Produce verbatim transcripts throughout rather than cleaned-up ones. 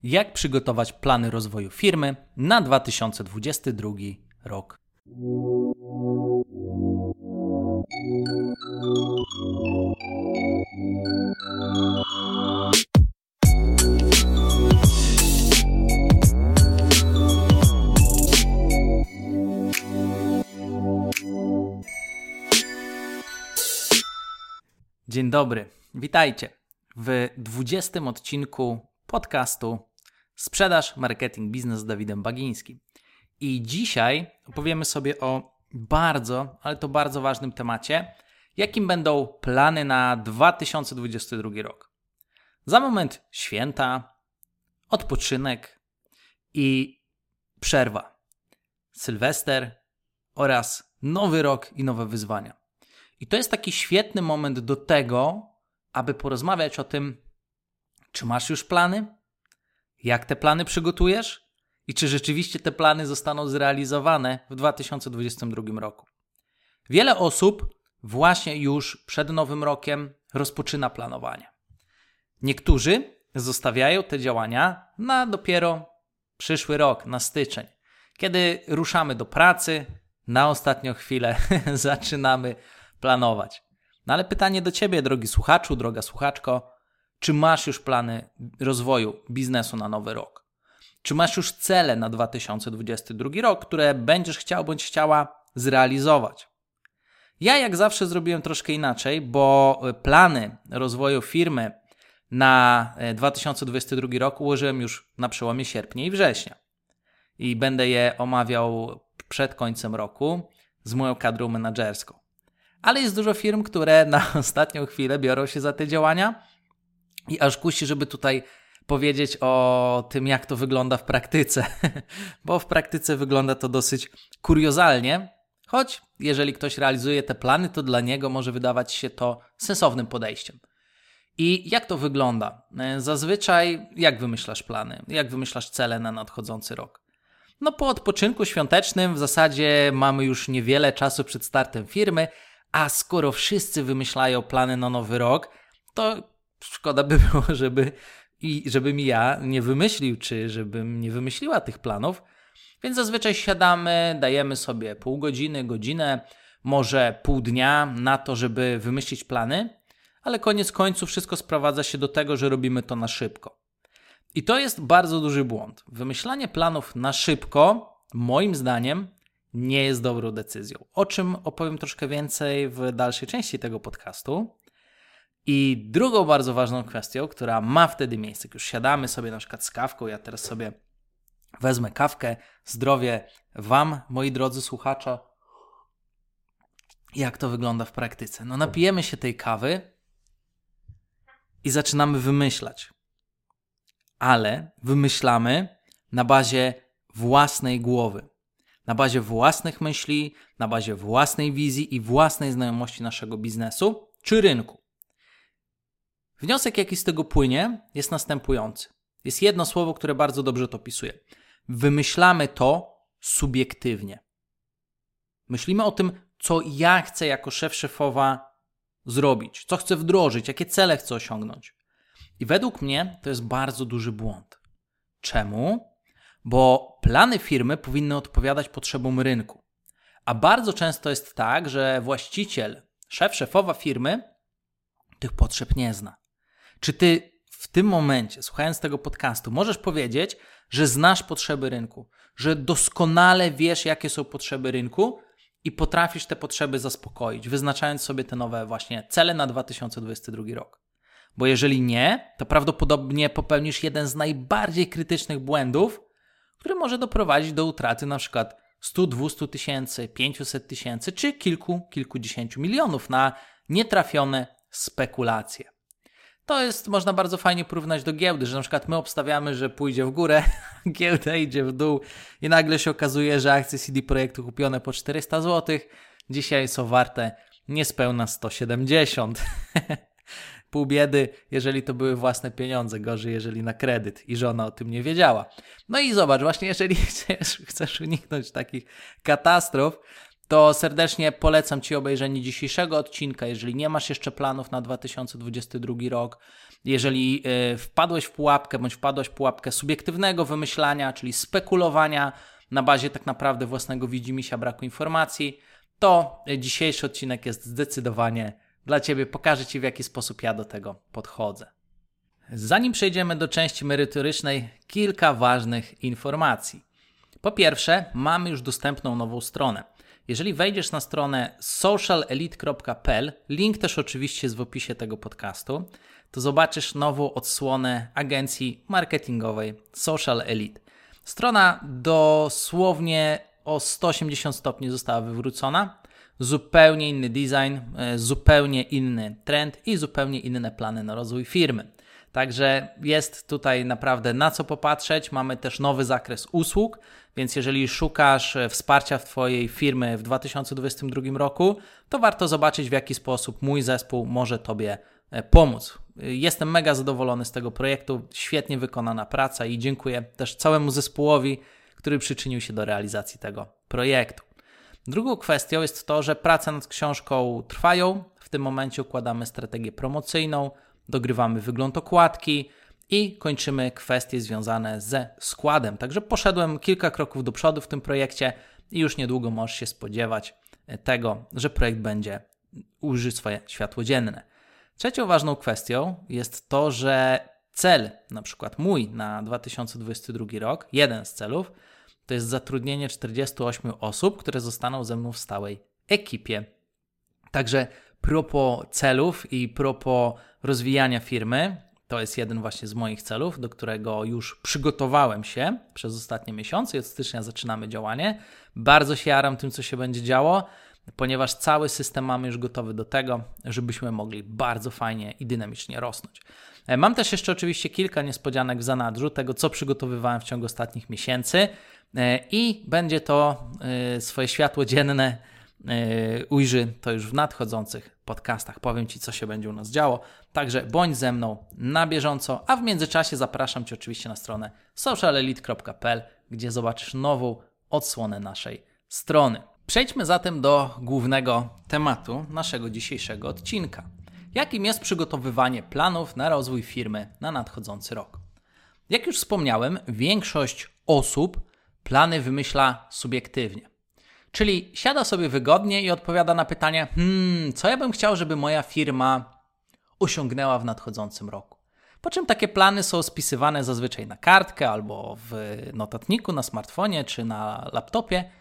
Jak przygotować plany rozwoju firmy na dwa tysiące dwudziesty drugi rok? Dzień dobry, witajcie w dwudziestym odcinku podcastu Sprzedaż, Marketing, Biznes z Dawidem Bagińskim. I dzisiaj opowiemy sobie o bardzo, ale to bardzo ważnym temacie, jakim będą plany na dwa tysiące dwudziesty drugi rok. Za moment święta, odpoczynek i przerwa. Sylwester oraz nowy rok i nowe wyzwania. I to jest taki świetny moment do tego, aby porozmawiać o tym, czy masz już plany, jak te plany przygotujesz i czy rzeczywiście te plany zostaną zrealizowane w dwa tysiące dwudziestym drugim roku. Wiele osób właśnie już przed nowym rokiem rozpoczyna planowanie. Niektórzy zostawiają te działania na dopiero przyszły rok, na styczeń, kiedy ruszamy do pracy, na ostatnią chwilę zaczynamy planować. No ale pytanie do Ciebie, drogi słuchaczu, droga słuchaczko, czy masz już plany rozwoju biznesu na nowy rok? Czy masz już cele na dwa tysiące dwudziesty drugi rok, które będziesz chciał bądź chciała zrealizować? Ja jak zawsze zrobiłem troszkę inaczej, bo plany rozwoju firmy na dwa tysiące dwudziesty drugi rok ułożyłem już na przełomie sierpnia i września. I będę je omawiał przed końcem roku z moją kadrą menadżerską. Ale jest dużo firm, które na ostatnią chwilę biorą się za te działania i aż kusi, żeby tutaj powiedzieć o tym, jak to wygląda w praktyce, bo w praktyce wygląda to dosyć kuriozalnie, choć jeżeli ktoś realizuje te plany, to dla niego może wydawać się to sensownym podejściem. I jak to wygląda? Zazwyczaj jak wymyślasz plany? Jak wymyślasz cele na nadchodzący rok? No po odpoczynku świątecznym w zasadzie mamy już niewiele czasu przed startem firmy, a skoro wszyscy wymyślają plany na nowy rok, to szkoda by było, żeby, i żebym ja nie wymyślił, czy żebym nie wymyśliła tych planów. Więc zazwyczaj siadamy, dajemy sobie pół godziny, godzinę, może pół dnia na to, żeby wymyślić plany, ale koniec końców wszystko sprowadza się do tego, że robimy to na szybko. I to jest bardzo duży błąd. Wymyślanie planów na szybko, moim zdaniem, nie jest dobrą decyzją. O czym opowiem troszkę więcej w dalszej części tego podcastu. I drugą bardzo ważną kwestią, która ma wtedy miejsce, jak już siadamy sobie na przykład z kawką, ja teraz sobie wezmę kawkę, zdrowie Wam, moi drodzy słuchacze, jak to wygląda w praktyce. No napijemy się tej kawy i zaczynamy wymyślać. Ale wymyślamy na bazie własnej głowy. Na bazie własnych myśli, na bazie własnej wizji i własnej znajomości naszego biznesu czy rynku. Wniosek, jaki z tego płynie, jest następujący. Jest jedno słowo, które bardzo dobrze to opisuje. Wymyślamy to subiektywnie. Myślimy o tym, co ja chcę jako szef, szefowa zrobić, co chcę wdrożyć, jakie cele chcę osiągnąć. I według mnie to jest bardzo duży błąd. Czemu? Bo plany firmy powinny odpowiadać potrzebom rynku. A bardzo często jest tak, że właściciel, szef, szefowa firmy tych potrzeb nie zna. Czy ty w tym momencie, słuchając tego podcastu, możesz powiedzieć, że znasz potrzeby rynku, że doskonale wiesz, jakie są potrzeby rynku i potrafisz te potrzeby zaspokoić, wyznaczając sobie te nowe właśnie cele na dwa tysiące dwudziesty drugi rok? Bo jeżeli nie, to prawdopodobnie popełnisz jeden z najbardziej krytycznych błędów, który może doprowadzić do utraty na przykład sto, dwieście tysięcy, pięćset tysięcy czy kilku, kilkudziesięciu milionów na nietrafione spekulacje. To jest, można bardzo fajnie porównać do giełdy, że na przykład my obstawiamy, że pójdzie w górę, giełda idzie w dół i nagle się okazuje, że akcje C D Projektu kupione po czterysta złotych dzisiaj są warte niespełna sto siedemdziesiąt. Pół biedy, jeżeli to były własne pieniądze, gorzej jeżeli na kredyt i żona o tym nie wiedziała. No i zobacz, właśnie jeżeli chcesz, chcesz uniknąć takich katastrof, to serdecznie polecam Ci obejrzenie dzisiejszego odcinka. Jeżeli nie masz jeszcze planów na dwa tysiące dwudziesty drugi rok, Jeżeli wpadłeś w pułapkę, bądź wpadłeś w pułapkę subiektywnego wymyślania, czyli spekulowania na bazie tak naprawdę własnego widzimisię, braku informacji, to dzisiejszy odcinek jest zdecydowanie dla Ciebie. Pokażę Ci, w jaki sposób ja do tego podchodzę. Zanim przejdziemy do części merytorycznej, kilka ważnych informacji. Po pierwsze, mamy już dostępną nową stronę. Jeżeli wejdziesz na stronę social elite kropka p l, link też oczywiście jest w opisie tego podcastu, to zobaczysz nową odsłonę agencji marketingowej Social Elite. Strona dosłownie o sto osiemdziesiąt stopni została wywrócona. Zupełnie inny design, zupełnie inny trend i zupełnie inne plany na rozwój firmy. Także jest tutaj naprawdę na co popatrzeć. Mamy też nowy zakres usług, więc jeżeli szukasz wsparcia w Twojej firmy w dwa tysiące dwudziestym drugim roku, to warto zobaczyć, w jaki sposób mój zespół może Tobie pomóc. Jestem mega zadowolony z tego projektu, świetnie wykonana praca i dziękuję też całemu zespołowi, który przyczynił się do realizacji tego projektu. Drugą kwestią jest to, że prace nad książką trwają. W tym momencie układamy strategię promocyjną, dogrywamy wygląd okładki i kończymy kwestie związane ze składem. Także poszedłem kilka kroków do przodu w tym projekcie i już niedługo możesz się spodziewać tego, że projekt będzie ujrzy swoje światło dzienne. Trzecią ważną kwestią jest to, że cel, na przykład mój na dwa tysiące dwudziesty drugi rok, jeden z celów, to jest zatrudnienie czterdziestu ośmiu osób, które zostaną ze mną w stałej ekipie. Także propos celów i propos rozwijania firmy, to jest jeden właśnie z moich celów, do którego już przygotowałem się przez ostatnie miesiące i od stycznia zaczynamy działanie. Bardzo się jaram tym, co się będzie działo, ponieważ cały system mamy już gotowy do tego, żebyśmy mogli bardzo fajnie i dynamicznie rosnąć. Mam też jeszcze oczywiście kilka niespodzianek w zanadrzu tego, co przygotowywałem w ciągu ostatnich miesięcy i będzie to swoje światło dzienne ujrzy to już w nadchodzących podcastach. Powiem Ci, co się będzie u nas działo. Także bądź ze mną na bieżąco, a w międzyczasie zapraszam Cię oczywiście na stronę social elite kropka p l, gdzie zobaczysz nową odsłonę naszej strony. Przejdźmy zatem do głównego tematu naszego dzisiejszego odcinka. Jakim jest przygotowywanie planów na rozwój firmy na nadchodzący rok? Jak już wspomniałem, większość osób plany wymyśla subiektywnie. Czyli siada sobie wygodnie i odpowiada na pytanie, hmm, co ja bym chciał, żeby moja firma osiągnęła w nadchodzącym roku. Po czym takie plany są spisywane zazwyczaj na kartkę albo w notatniku, na smartfonie czy na laptopie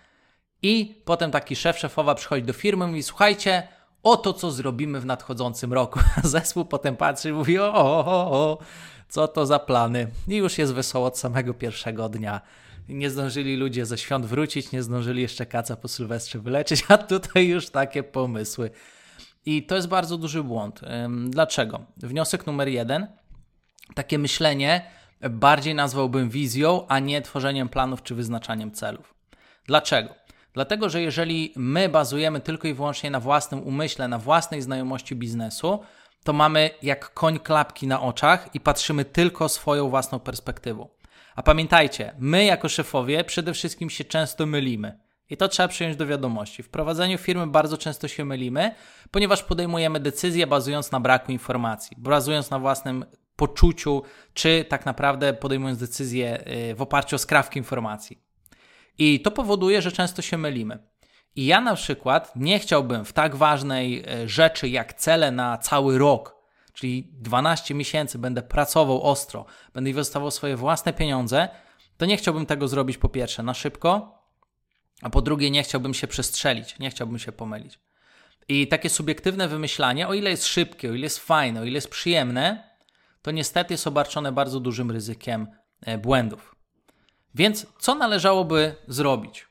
i potem taki szef, szefowa przychodzi do firmy i mówi, słuchajcie, oto co zrobimy w nadchodzącym roku. Zespół potem patrzy i mówi, o, o, o, o, co to za plany. I już jest wesoło od samego pierwszego dnia. Nie zdążyli ludzie ze świąt wrócić, nie zdążyli jeszcze kaca po Sylwestrze wyleczyć, a tutaj już takie pomysły. I to jest bardzo duży błąd. Dlaczego? Wniosek numer jeden. Takie myślenie bardziej nazwałbym wizją, a nie tworzeniem planów czy wyznaczaniem celów. Dlaczego? Dlatego, że jeżeli my bazujemy tylko i wyłącznie na własnym umyśle, na własnej znajomości biznesu, to mamy jak koń klapki na oczach i patrzymy tylko swoją własną perspektywą. A pamiętajcie, my jako szefowie przede wszystkim się często mylimy. I to trzeba przyjąć do wiadomości. W prowadzeniu firmy bardzo często się mylimy, ponieważ podejmujemy decyzje bazując na braku informacji, bazując na własnym poczuciu, czy tak naprawdę podejmując decyzje w oparciu o skrawki informacji. I to powoduje, że często się mylimy. I ja na przykład nie chciałbym w tak ważnej rzeczy jak cele na cały rok, czyli dwanaście miesięcy będę pracował ostro, będę inwestował swoje własne pieniądze, to nie chciałbym tego zrobić po pierwsze na szybko, a po drugie nie chciałbym się przestrzelić, nie chciałbym się pomylić. I takie subiektywne wymyślanie, o ile jest szybkie, o ile jest fajne, o ile jest przyjemne, to niestety jest obarczone bardzo dużym ryzykiem błędów. Więc co należałoby zrobić?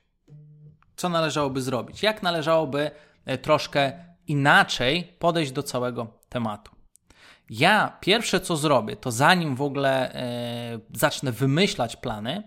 Co należałoby zrobić? Jak należałoby troszkę inaczej podejść do całego tematu? Ja pierwsze co zrobię, to zanim w ogóle e, zacznę wymyślać plany,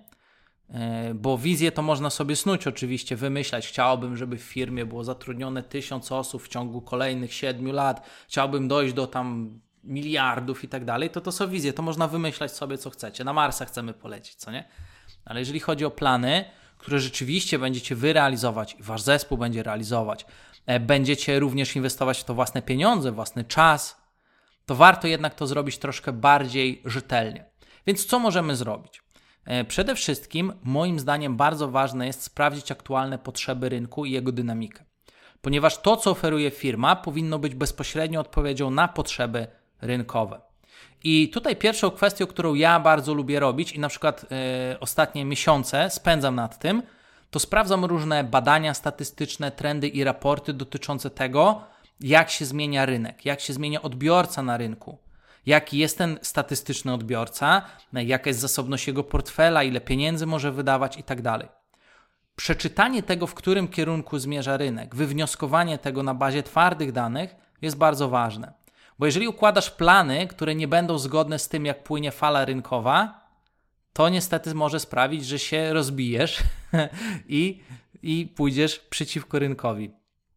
e, bo wizję to można sobie snuć oczywiście, wymyślać. Chciałbym, żeby w firmie było zatrudnione tysiąc osób w ciągu kolejnych siedmiu lat. Chciałbym dojść do tam miliardów i tak dalej. To to są wizje, to można wymyślać sobie co chcecie. Na Marsa chcemy polecieć, co nie? Ale jeżeli chodzi o plany, które rzeczywiście będziecie wy realizować i wasz zespół będzie realizować, e, będziecie również inwestować w to własne pieniądze, własny czas, to warto jednak to zrobić troszkę bardziej rzetelnie. Więc co możemy zrobić? Przede wszystkim, moim zdaniem, bardzo ważne jest sprawdzić aktualne potrzeby rynku i jego dynamikę. Ponieważ to, co oferuje firma, powinno być bezpośrednio odpowiedzią na potrzeby rynkowe. I tutaj pierwszą kwestią, którą ja bardzo lubię robić i na przykład yy, ostatnie miesiące spędzam nad tym, to sprawdzam różne badania statystyczne, trendy i raporty dotyczące tego, jak się zmienia rynek, jak się zmienia odbiorca na rynku, jaki jest ten statystyczny odbiorca, jaka jest zasobność jego portfela, ile pieniędzy może wydawać i tak dalej. Przeczytanie tego, w którym kierunku zmierza rynek, wywnioskowanie tego na bazie twardych danych jest bardzo ważne. Bo jeżeli układasz plany, które nie będą zgodne z tym, jak płynie fala rynkowa, to niestety może sprawić, że się rozbijesz i, i pójdziesz przeciwko rynkowi.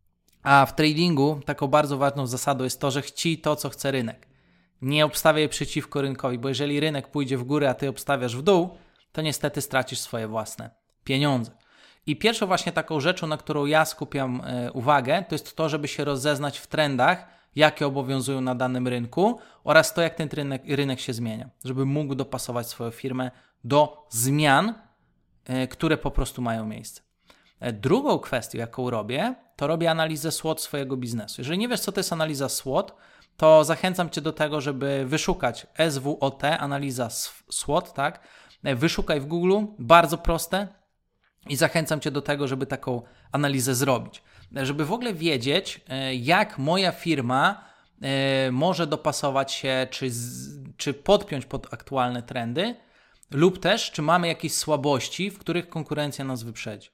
A w tradingu taką bardzo ważną zasadą jest to, że chcij to, co chce rynek. Nie obstawiaj przeciwko rynkowi, bo jeżeli rynek pójdzie w górę, a ty obstawiasz w dół, to niestety stracisz swoje własne pieniądze. I pierwszą właśnie taką rzeczą, na którą ja skupiam y, uwagę, to jest to, żeby się rozeznać w trendach, jakie obowiązują na danym rynku oraz to, jak ten rynek, rynek się zmienia, żeby mógł dopasować swoją firmę do zmian, y, które po prostu mają miejsce. Y, drugą kwestią, jaką robię, to robię analizę SWOT swojego biznesu. Jeżeli nie wiesz, co to jest analiza SWOT, to zachęcam Cię do tego, żeby wyszukać S W O T, analiza SWOT, tak? Wyszukaj w Google, bardzo proste i zachęcam Cię do tego, żeby taką analizę zrobić. Żeby w ogóle wiedzieć, jak moja firma może dopasować się, czy, czy podpiąć pod aktualne trendy, lub też, czy mamy jakieś słabości, w których konkurencja nas wyprzedzi.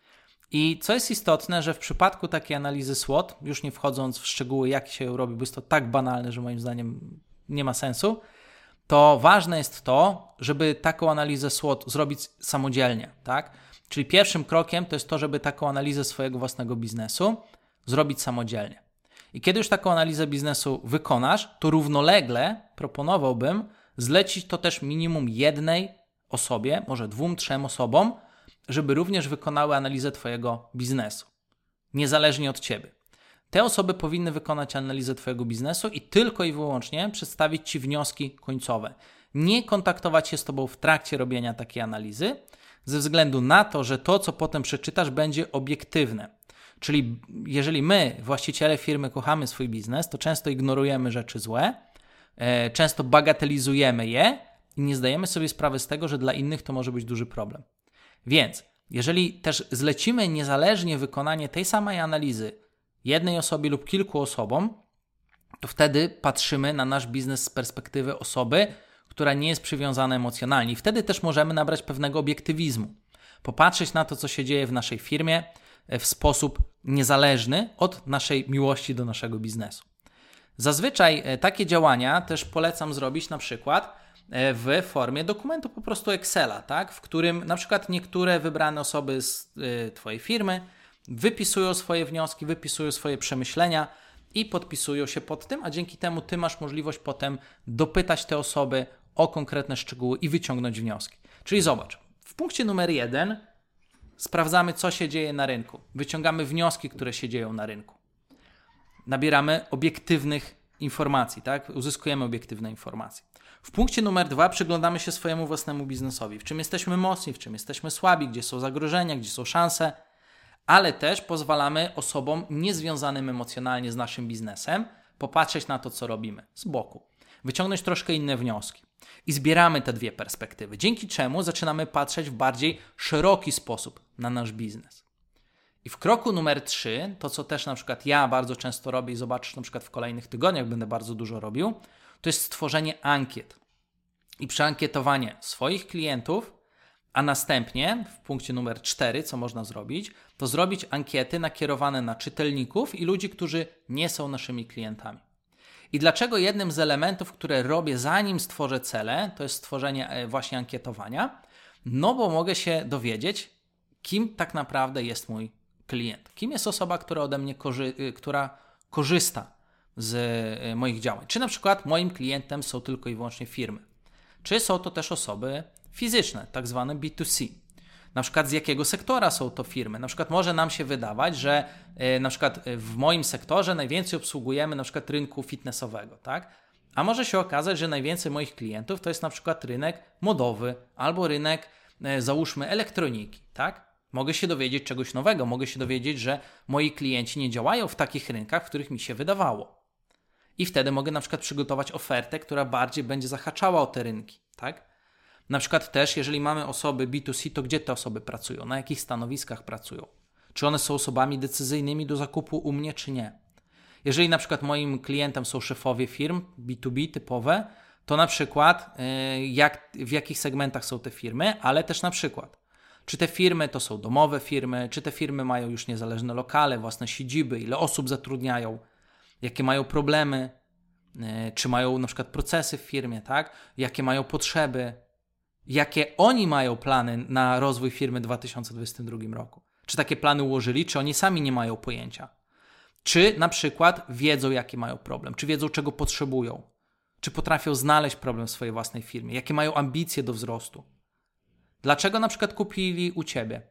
I co jest istotne, że w przypadku takiej analizy SWOT, już nie wchodząc w szczegóły, jak się ją robi, bo jest to tak banalne, że moim zdaniem nie ma sensu, to ważne jest to, żeby taką analizę SWOT zrobić samodzielnie, tak? Czyli pierwszym krokiem to jest to, żeby taką analizę swojego własnego biznesu zrobić samodzielnie. I kiedy już taką analizę biznesu wykonasz, to równolegle proponowałbym zlecić to też minimum jednej osobie, może dwóm, trzem osobom, żeby również wykonały analizę Twojego biznesu, niezależnie od Ciebie. Te osoby powinny wykonać analizę Twojego biznesu i tylko i wyłącznie przedstawić Ci wnioski końcowe. Nie kontaktować się z Tobą w trakcie robienia takiej analizy, ze względu na to, że to, co potem przeczytasz, będzie obiektywne. Czyli jeżeli my, właściciele firmy, kochamy swój biznes, to często ignorujemy rzeczy złe, e, często bagatelizujemy je i nie zdajemy sobie sprawy z tego, że dla innych to może być duży problem. Więc jeżeli też zlecimy niezależnie wykonanie tej samej analizy jednej osobie lub kilku osobom, to wtedy patrzymy na nasz biznes z perspektywy osoby, która nie jest przywiązana emocjonalnie. I wtedy też możemy nabrać pewnego obiektywizmu. Popatrzeć na to, co się dzieje w naszej firmie w sposób niezależny od naszej miłości do naszego biznesu. Zazwyczaj takie działania też polecam zrobić na przykład w formie dokumentu po prostu Excela, tak? W którym na przykład niektóre wybrane osoby z y, Twojej firmy wypisują swoje wnioski, wypisują swoje przemyślenia i podpisują się pod tym, a dzięki temu Ty masz możliwość potem dopytać te osoby o konkretne szczegóły i wyciągnąć wnioski. Czyli zobacz, w punkcie numer jeden sprawdzamy, co się dzieje na rynku. Wyciągamy wnioski, które się dzieją na rynku. Nabieramy obiektywnych informacji, tak? Uzyskujemy obiektywne informacje. W punkcie numer dwa przyglądamy się swojemu własnemu biznesowi. W czym jesteśmy mocni, w czym jesteśmy słabi, gdzie są zagrożenia, gdzie są szanse, ale też pozwalamy osobom niezwiązanym emocjonalnie z naszym biznesem popatrzeć na to, co robimy z boku. Wyciągnąć troszkę inne wnioski. I zbieramy te dwie perspektywy, dzięki czemu zaczynamy patrzeć w bardziej szeroki sposób na nasz biznes. I w kroku numer trzy, to co też na przykład ja bardzo często robię i zobaczysz na przykład w kolejnych tygodniach będę bardzo dużo robił, to jest stworzenie ankiet i przeankietowanie swoich klientów, a następnie w punkcie numer cztery, co można zrobić, to zrobić ankiety nakierowane na czytelników i ludzi, którzy nie są naszymi klientami. I dlaczego jednym z elementów, które robię zanim stworzę cele, to jest stworzenie właśnie ankietowania? No bo mogę się dowiedzieć, kim tak naprawdę jest mój klient. Kim jest osoba, która ode mnie korzy- która korzysta z moich działań. Czy na przykład moim klientem są tylko i wyłącznie firmy. Czy są to też osoby fizyczne, tak zwane B dwa C. Na przykład z jakiego sektora są to firmy. Na przykład może nam się wydawać, że yy, na przykład w moim sektorze najwięcej obsługujemy na przykład rynku fitnessowego, tak? A może się okazać, że najwięcej moich klientów to jest na przykład rynek modowy albo rynek, e, załóżmy, elektroniki, tak? Mogę się dowiedzieć czegoś nowego, mogę się dowiedzieć, że moi klienci nie działają w takich rynkach, w których mi się wydawało. I wtedy mogę na przykład przygotować ofertę, która bardziej będzie zahaczała o te rynki, tak? Na przykład też, jeżeli mamy osoby B dwa C, to gdzie te osoby pracują? Na jakich stanowiskach pracują? Czy one są osobami decyzyjnymi do zakupu u mnie, czy nie? Jeżeli na przykład moim klientem są szefowie firm B dwa B typowe, to na przykład yy, jak, w jakich segmentach są te firmy, ale też na przykład czy te firmy to są domowe firmy, czy te firmy mają już niezależne lokale, własne siedziby, ile osób zatrudniają, jakie mają problemy, yy, czy mają na przykład procesy w firmie, tak? Jakie mają potrzeby, jakie oni mają plany na rozwój firmy w dwa tysiące dwudziestym drugim roku. Czy takie plany ułożyli, czy oni sami nie mają pojęcia. Czy na przykład wiedzą, jaki mają problem, czy wiedzą, czego potrzebują, czy potrafią znaleźć problem w swojej własnej firmie, jakie mają ambicje do wzrostu. Dlaczego na przykład kupili u Ciebie?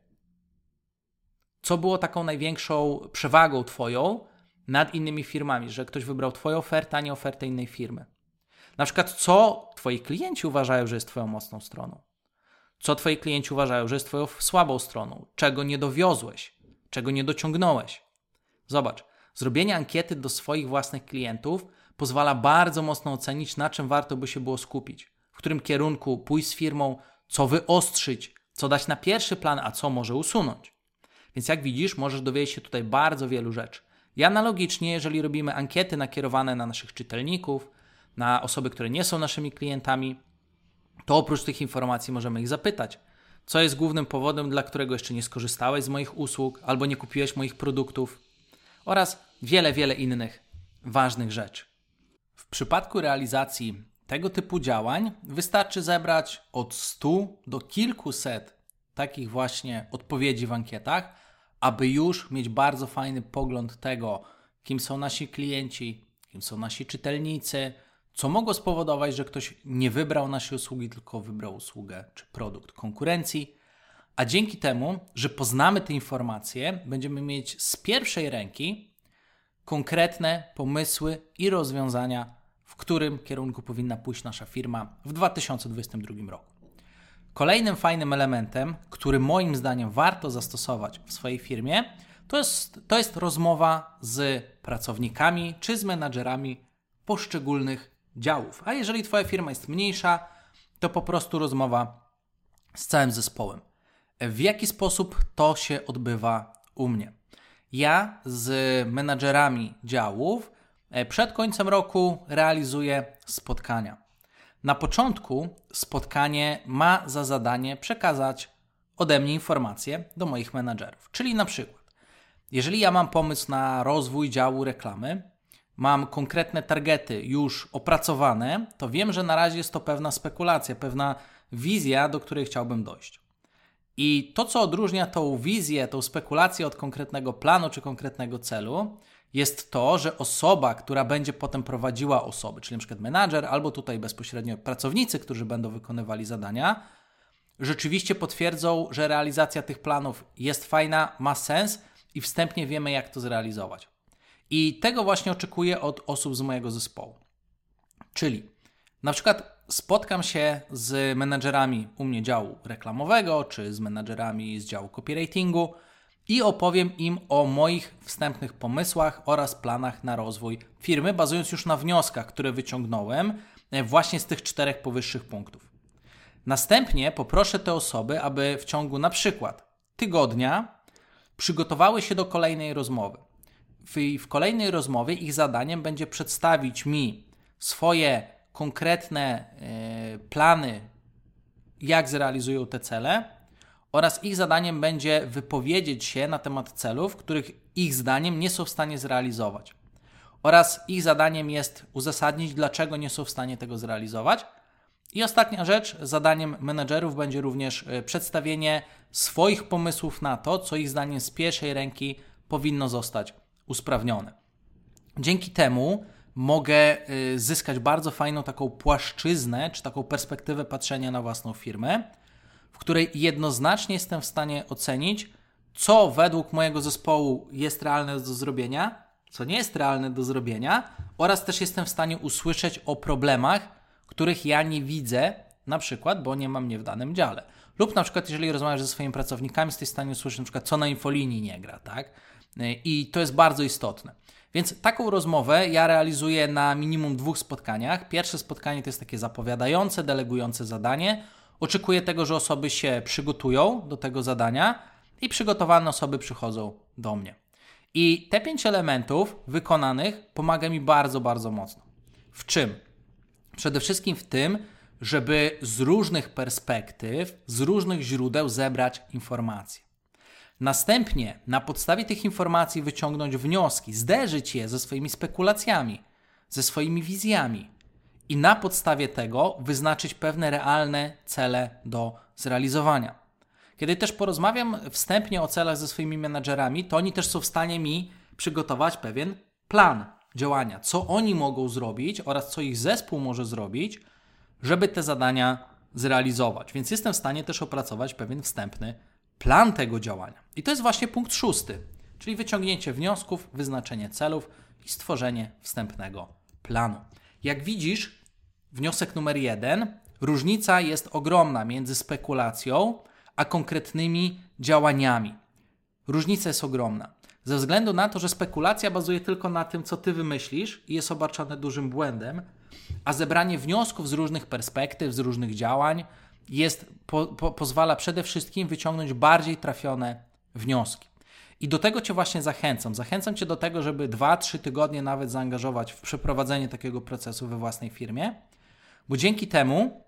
Co było taką największą przewagą Twoją nad innymi firmami, że ktoś wybrał Twoją ofertę, a nie ofertę innej firmy? Na przykład co Twoi klienci uważają, że jest Twoją mocną stroną? Co Twoi klienci uważają, że jest Twoją słabą stroną? Czego nie dowiozłeś? Czego nie dociągnąłeś? Zobacz, zrobienie ankiety do swoich własnych klientów pozwala bardzo mocno ocenić, na czym warto by się było skupić, w którym kierunku pójść z firmą, co wyostrzyć, co dać na pierwszy plan, a co może usunąć. Więc jak widzisz, możesz dowiedzieć się tutaj bardzo wielu rzeczy. I analogicznie, jeżeli robimy ankiety nakierowane na naszych czytelników, na osoby, które nie są naszymi klientami, to oprócz tych informacji możemy ich zapytać, co jest głównym powodem, dla którego jeszcze nie skorzystałeś z moich usług albo nie kupiłeś moich produktów oraz wiele, wiele innych ważnych rzeczy. W przypadku realizacji tego typu działań wystarczy zebrać od stu do kilkuset takich właśnie odpowiedzi w ankietach, aby już mieć bardzo fajny pogląd tego, kim są nasi klienci, kim są nasi czytelnicy, co mogło spowodować, że ktoś nie wybrał naszej usługi, tylko wybrał usługę czy produkt konkurencji, a dzięki temu, że poznamy te informacje, będziemy mieć z pierwszej ręki konkretne pomysły i rozwiązania, w którym kierunku powinna pójść nasza firma w dwa tysiące dwudziestym drugim roku. Kolejnym fajnym elementem, który moim zdaniem warto zastosować w swojej firmie, to jest, to jest rozmowa z pracownikami czy z menadżerami poszczególnych działów. A jeżeli Twoja firma jest mniejsza, to po prostu rozmowa z całym zespołem. W jaki sposób to się odbywa u mnie? Ja z menadżerami działów przed końcem roku realizuję spotkania. Na początku spotkanie ma za zadanie przekazać ode mnie informacje do moich menadżerów. Czyli na przykład, jeżeli ja mam pomysł na rozwój działu reklamy, mam konkretne targety już opracowane, to wiem, że na razie jest to pewna spekulacja, pewna wizja, do której chciałbym dojść. I to, co odróżnia tą wizję, tą spekulację od konkretnego planu czy konkretnego celu, jest to, że osoba, która będzie potem prowadziła osoby, czyli np. menadżer albo tutaj bezpośrednio pracownicy, którzy będą wykonywali zadania, rzeczywiście potwierdzą, że realizacja tych planów jest fajna, ma sens i wstępnie wiemy, jak to zrealizować. I tego właśnie oczekuję od osób z mojego zespołu. Czyli na przykład spotkam się z menadżerami u mnie działu reklamowego, czy z menadżerami z działu copywritingu i opowiem im o moich wstępnych pomysłach oraz planach na rozwój firmy, bazując już na wnioskach, które wyciągnąłem właśnie z tych czterech powyższych punktów. Następnie poproszę te osoby, aby w ciągu na przykład tygodnia przygotowały się do kolejnej rozmowy. W, w kolejnej rozmowie ich zadaniem będzie przedstawić mi swoje konkretne y, plany, jak zrealizują te cele oraz ich zadaniem będzie wypowiedzieć się na temat celów, których ich zdaniem nie są w stanie zrealizować. Oraz ich zadaniem jest uzasadnić, dlaczego nie są w stanie tego zrealizować. I ostatnia rzecz, zadaniem menedżerów będzie również y, przedstawienie swoich pomysłów na to, co ich zdaniem z pierwszej ręki powinno zostać usprawnione. Dzięki temu mogę zyskać bardzo fajną taką płaszczyznę, czy taką perspektywę patrzenia na własną firmę, w której jednoznacznie jestem w stanie ocenić, co według mojego zespołu jest realne do zrobienia, co nie jest realne do zrobienia, oraz też jestem w stanie usłyszeć o problemach, których ja nie widzę, na przykład, bo nie mam mnie w danym dziale. Lub na przykład, jeżeli rozmawiasz ze swoimi pracownikami, jesteś w stanie usłyszeć na przykład, co na infolinii nie gra, tak? I to jest bardzo istotne. Więc taką rozmowę ja realizuję na minimum dwóch spotkaniach. Pierwsze spotkanie to jest takie zapowiadające, delegujące zadanie. Oczekuję tego, że osoby się przygotują do tego zadania i przygotowane osoby przychodzą do mnie. I te pięć elementów wykonanych pomaga mi bardzo, bardzo mocno. W czym? Przede wszystkim w tym, żeby z różnych perspektyw, z różnych źródeł zebrać informacje. Następnie na podstawie tych informacji wyciągnąć wnioski, zderzyć je ze swoimi spekulacjami, ze swoimi wizjami i na podstawie tego wyznaczyć pewne realne cele do zrealizowania. Kiedy też porozmawiam wstępnie o celach ze swoimi menadżerami, to oni też są w stanie mi przygotować pewien plan działania, co oni mogą zrobić oraz co ich zespół może zrobić, żeby te zadania zrealizować. Więc jestem w stanie też opracować pewien wstępny plan tego działania. I to jest właśnie punkt szósty, czyli wyciągnięcie wniosków, wyznaczenie celów i stworzenie wstępnego planu. Jak widzisz, wniosek numer jeden, różnica jest ogromna między spekulacją a konkretnymi działaniami. Różnica jest ogromna. Ze względu na to, że spekulacja bazuje tylko na tym, co ty wymyślisz i jest obarczone dużym błędem, a zebranie wniosków z różnych perspektyw, z różnych działań jest, po, po, pozwala przede wszystkim wyciągnąć bardziej trafione wnioski. I do tego Cię właśnie zachęcam. Zachęcam Cię do tego, żeby dwa trzy tygodnie nawet zaangażować w przeprowadzenie takiego procesu we własnej firmie, bo dzięki temu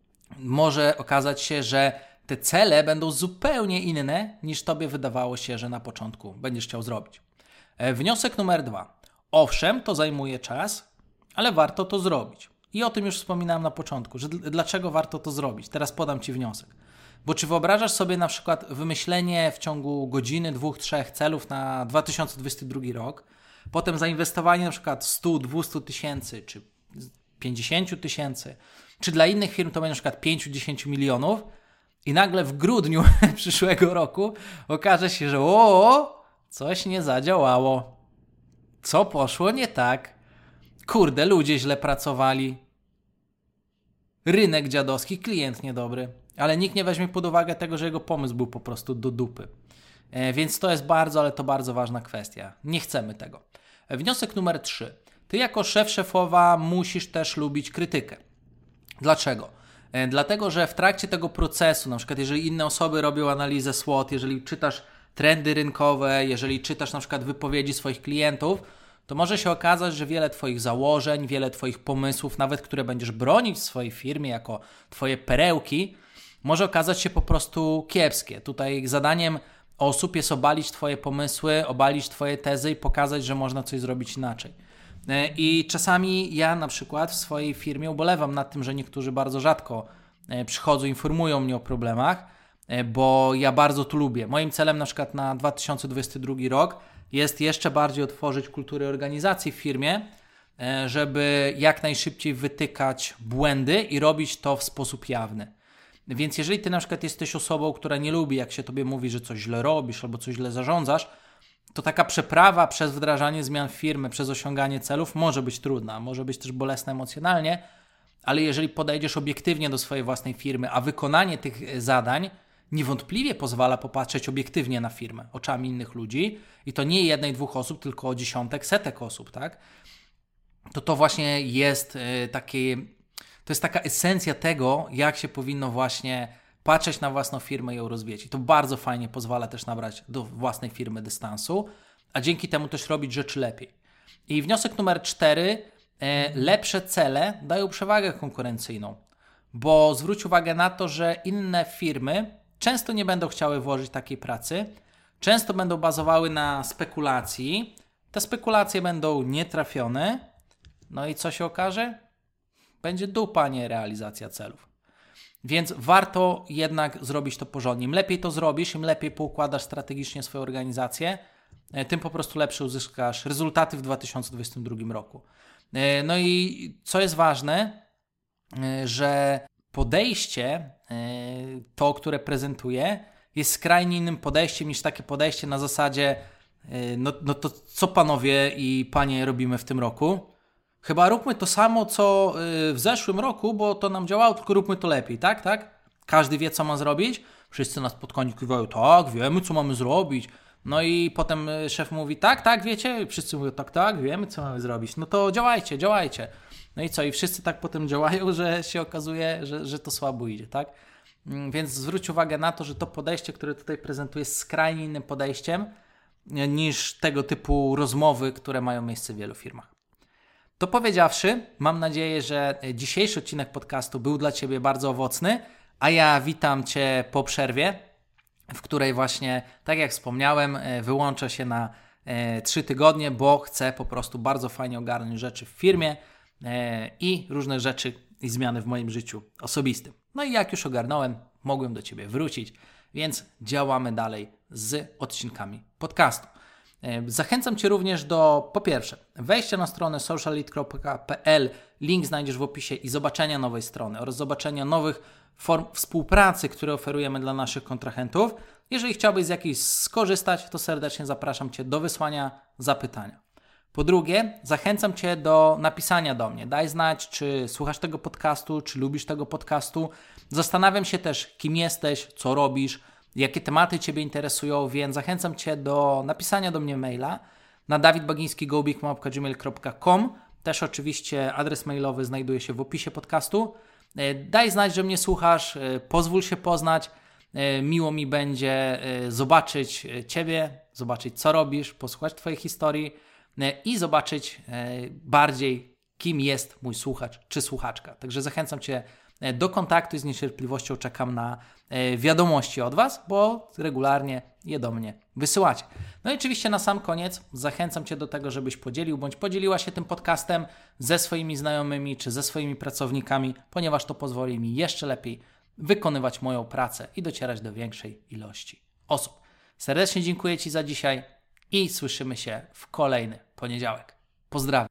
może okazać się, że te cele będą zupełnie inne, niż Tobie wydawało się, że na początku będziesz chciał zrobić. Wniosek numer dwa. Owszem, to zajmuje czas, ale warto to zrobić. I o tym już wspominałem na początku, że d- dlaczego warto to zrobić. Teraz podam Ci wniosek. Bo czy wyobrażasz sobie na przykład wymyślenie w ciągu godziny, dwóch, trzech celów na dwa tysiące dwudziesty drugi rok, potem zainwestowanie na przykład sto, dwieście tysięcy, czy pięćdziesiąt tysięcy, czy dla innych firm to będzie na przykład pięć do dziesięciu milionów i nagle w grudniu przyszłego roku okaże się, że o, coś nie zadziałało. Co poszło nie tak? Kurde, ludzie źle pracowali. Rynek dziadowski, klient niedobry. Ale nikt nie weźmie pod uwagę tego, że jego pomysł był po prostu do dupy. E, więc to jest bardzo, ale to bardzo ważna kwestia. Nie chcemy tego. E, wniosek numer trzy. Ty jako szef, szefowa musisz też lubić krytykę. Dlaczego? E, dlatego, że w trakcie tego procesu, na przykład jeżeli inne osoby robią analizę SWOT, jeżeli czytasz trendy rynkowe, jeżeli czytasz na przykład wypowiedzi swoich klientów, to może się okazać, że wiele Twoich założeń, wiele Twoich pomysłów, nawet które będziesz bronić w swojej firmie jako Twoje perełki, może okazać się po prostu kiepskie. Tutaj zadaniem osób jest obalić Twoje pomysły, obalić Twoje tezy i pokazać, że można coś zrobić inaczej. I czasami ja na przykład w swojej firmie ubolewam nad tym, że niektórzy bardzo rzadko przychodzą, informują mnie o problemach, bo ja bardzo to lubię. Moim celem na przykład na dwa tysiące dwudziesty drugi rok jest jeszcze bardziej otworzyć kulturę organizacji w firmie, żeby jak najszybciej wytykać błędy i robić to w sposób jawny. Więc jeżeli ty na przykład jesteś osobą, która nie lubi, jak się tobie mówi, że coś źle robisz albo coś źle zarządzasz, to taka przeprawa przez wdrażanie zmian w firmy, przez osiąganie celów może być trudna, może być też bolesna emocjonalnie, ale jeżeli podejdziesz obiektywnie do swojej własnej firmy, a wykonanie tych zadań niewątpliwie pozwala popatrzeć obiektywnie na firmę oczami innych ludzi i to nie jednej, dwóch osób, tylko dziesiątek, setek osób, tak? To to właśnie jest takie, to jest taka esencja tego, jak się powinno właśnie patrzeć na własną firmę i ją rozwijać. I to bardzo fajnie pozwala też nabrać do własnej firmy dystansu, a dzięki temu też robić rzeczy lepiej. I wniosek numer cztery, lepsze cele dają przewagę konkurencyjną, bo zwróć uwagę na to, że inne firmy często nie będą chciały włożyć takiej pracy, często będą bazowały na spekulacji, te spekulacje będą nietrafione, no i co się okaże? Będzie dupa, a nie realizacja celów. Więc warto jednak zrobić to porządnie. Im lepiej to zrobisz, im lepiej poukładasz strategicznie swoją organizację, tym po prostu lepsze uzyskasz rezultaty w dwa tysiące dwudziestym drugim roku. No i co jest ważne, że podejście, to, które prezentuję, jest skrajnie innym podejściem niż takie podejście na zasadzie no, no to co panowie i panie robimy w tym roku? Chyba róbmy to samo, co w zeszłym roku, bo to nam działało, tylko róbmy to lepiej, tak? Tak? Każdy wie, co ma zrobić? Wszyscy nas pod koniec kiwają, tak, wiemy, co mamy zrobić. No i potem szef mówi, tak, tak, wiecie? Wszyscy mówią, tak, tak, wiemy, co mamy zrobić. No to działajcie, działajcie. No i co? I wszyscy tak potem działają, że się okazuje, że, że to słabo idzie, tak? Więc zwróć uwagę na to, że to podejście, które tutaj prezentuję, jest skrajnie innym podejściem niż tego typu rozmowy, które mają miejsce w wielu firmach. To powiedziawszy, mam nadzieję, że dzisiejszy odcinek podcastu był dla Ciebie bardzo owocny, a ja witam Cię po przerwie, w której właśnie, tak jak wspomniałem, wyłączę się na trzy tygodnie, bo chcę po prostu bardzo fajnie ogarnąć rzeczy w firmie i różne rzeczy i zmiany w moim życiu osobistym. No i jak już ogarnąłem, mogłem do Ciebie wrócić, więc działamy dalej z odcinkami podcastu. Zachęcam Cię również do, po pierwsze, wejścia na stronę social lead kropka p l, link znajdziesz w opisie, i zobaczenia nowej strony oraz zobaczenia nowych form współpracy, które oferujemy dla naszych kontrahentów. Jeżeli chciałbyś z jakiejś skorzystać, to serdecznie zapraszam Cię do wysłania zapytania. Po drugie, zachęcam Cię do napisania do mnie. Daj znać, czy słuchasz tego podcastu, czy lubisz tego podcastu. Zastanawiam się też, kim jesteś, co robisz, jakie tematy Ciebie interesują, więc zachęcam Cię do napisania do mnie maila na dawid bagiński gołbik małpka gmail kropka com. Też oczywiście adres mailowy znajduje się w opisie podcastu. Daj znać, że mnie słuchasz, pozwól się poznać. Miło mi będzie zobaczyć Ciebie, zobaczyć, co robisz, posłuchać Twojej historii i zobaczyć bardziej, kim jest mój słuchacz czy słuchaczka. Także zachęcam Cię do kontaktu i z niecierpliwością czekam na wiadomości od Was, bo regularnie je do mnie wysyłacie. No i oczywiście na sam koniec zachęcam Cię do tego, żebyś podzielił bądź podzieliła się tym podcastem ze swoimi znajomymi czy ze swoimi pracownikami, ponieważ to pozwoli mi jeszcze lepiej wykonywać moją pracę i docierać do większej ilości osób. Serdecznie dziękuję Ci za dzisiaj i słyszymy się w kolejny poniedziałek. Pozdrawiam.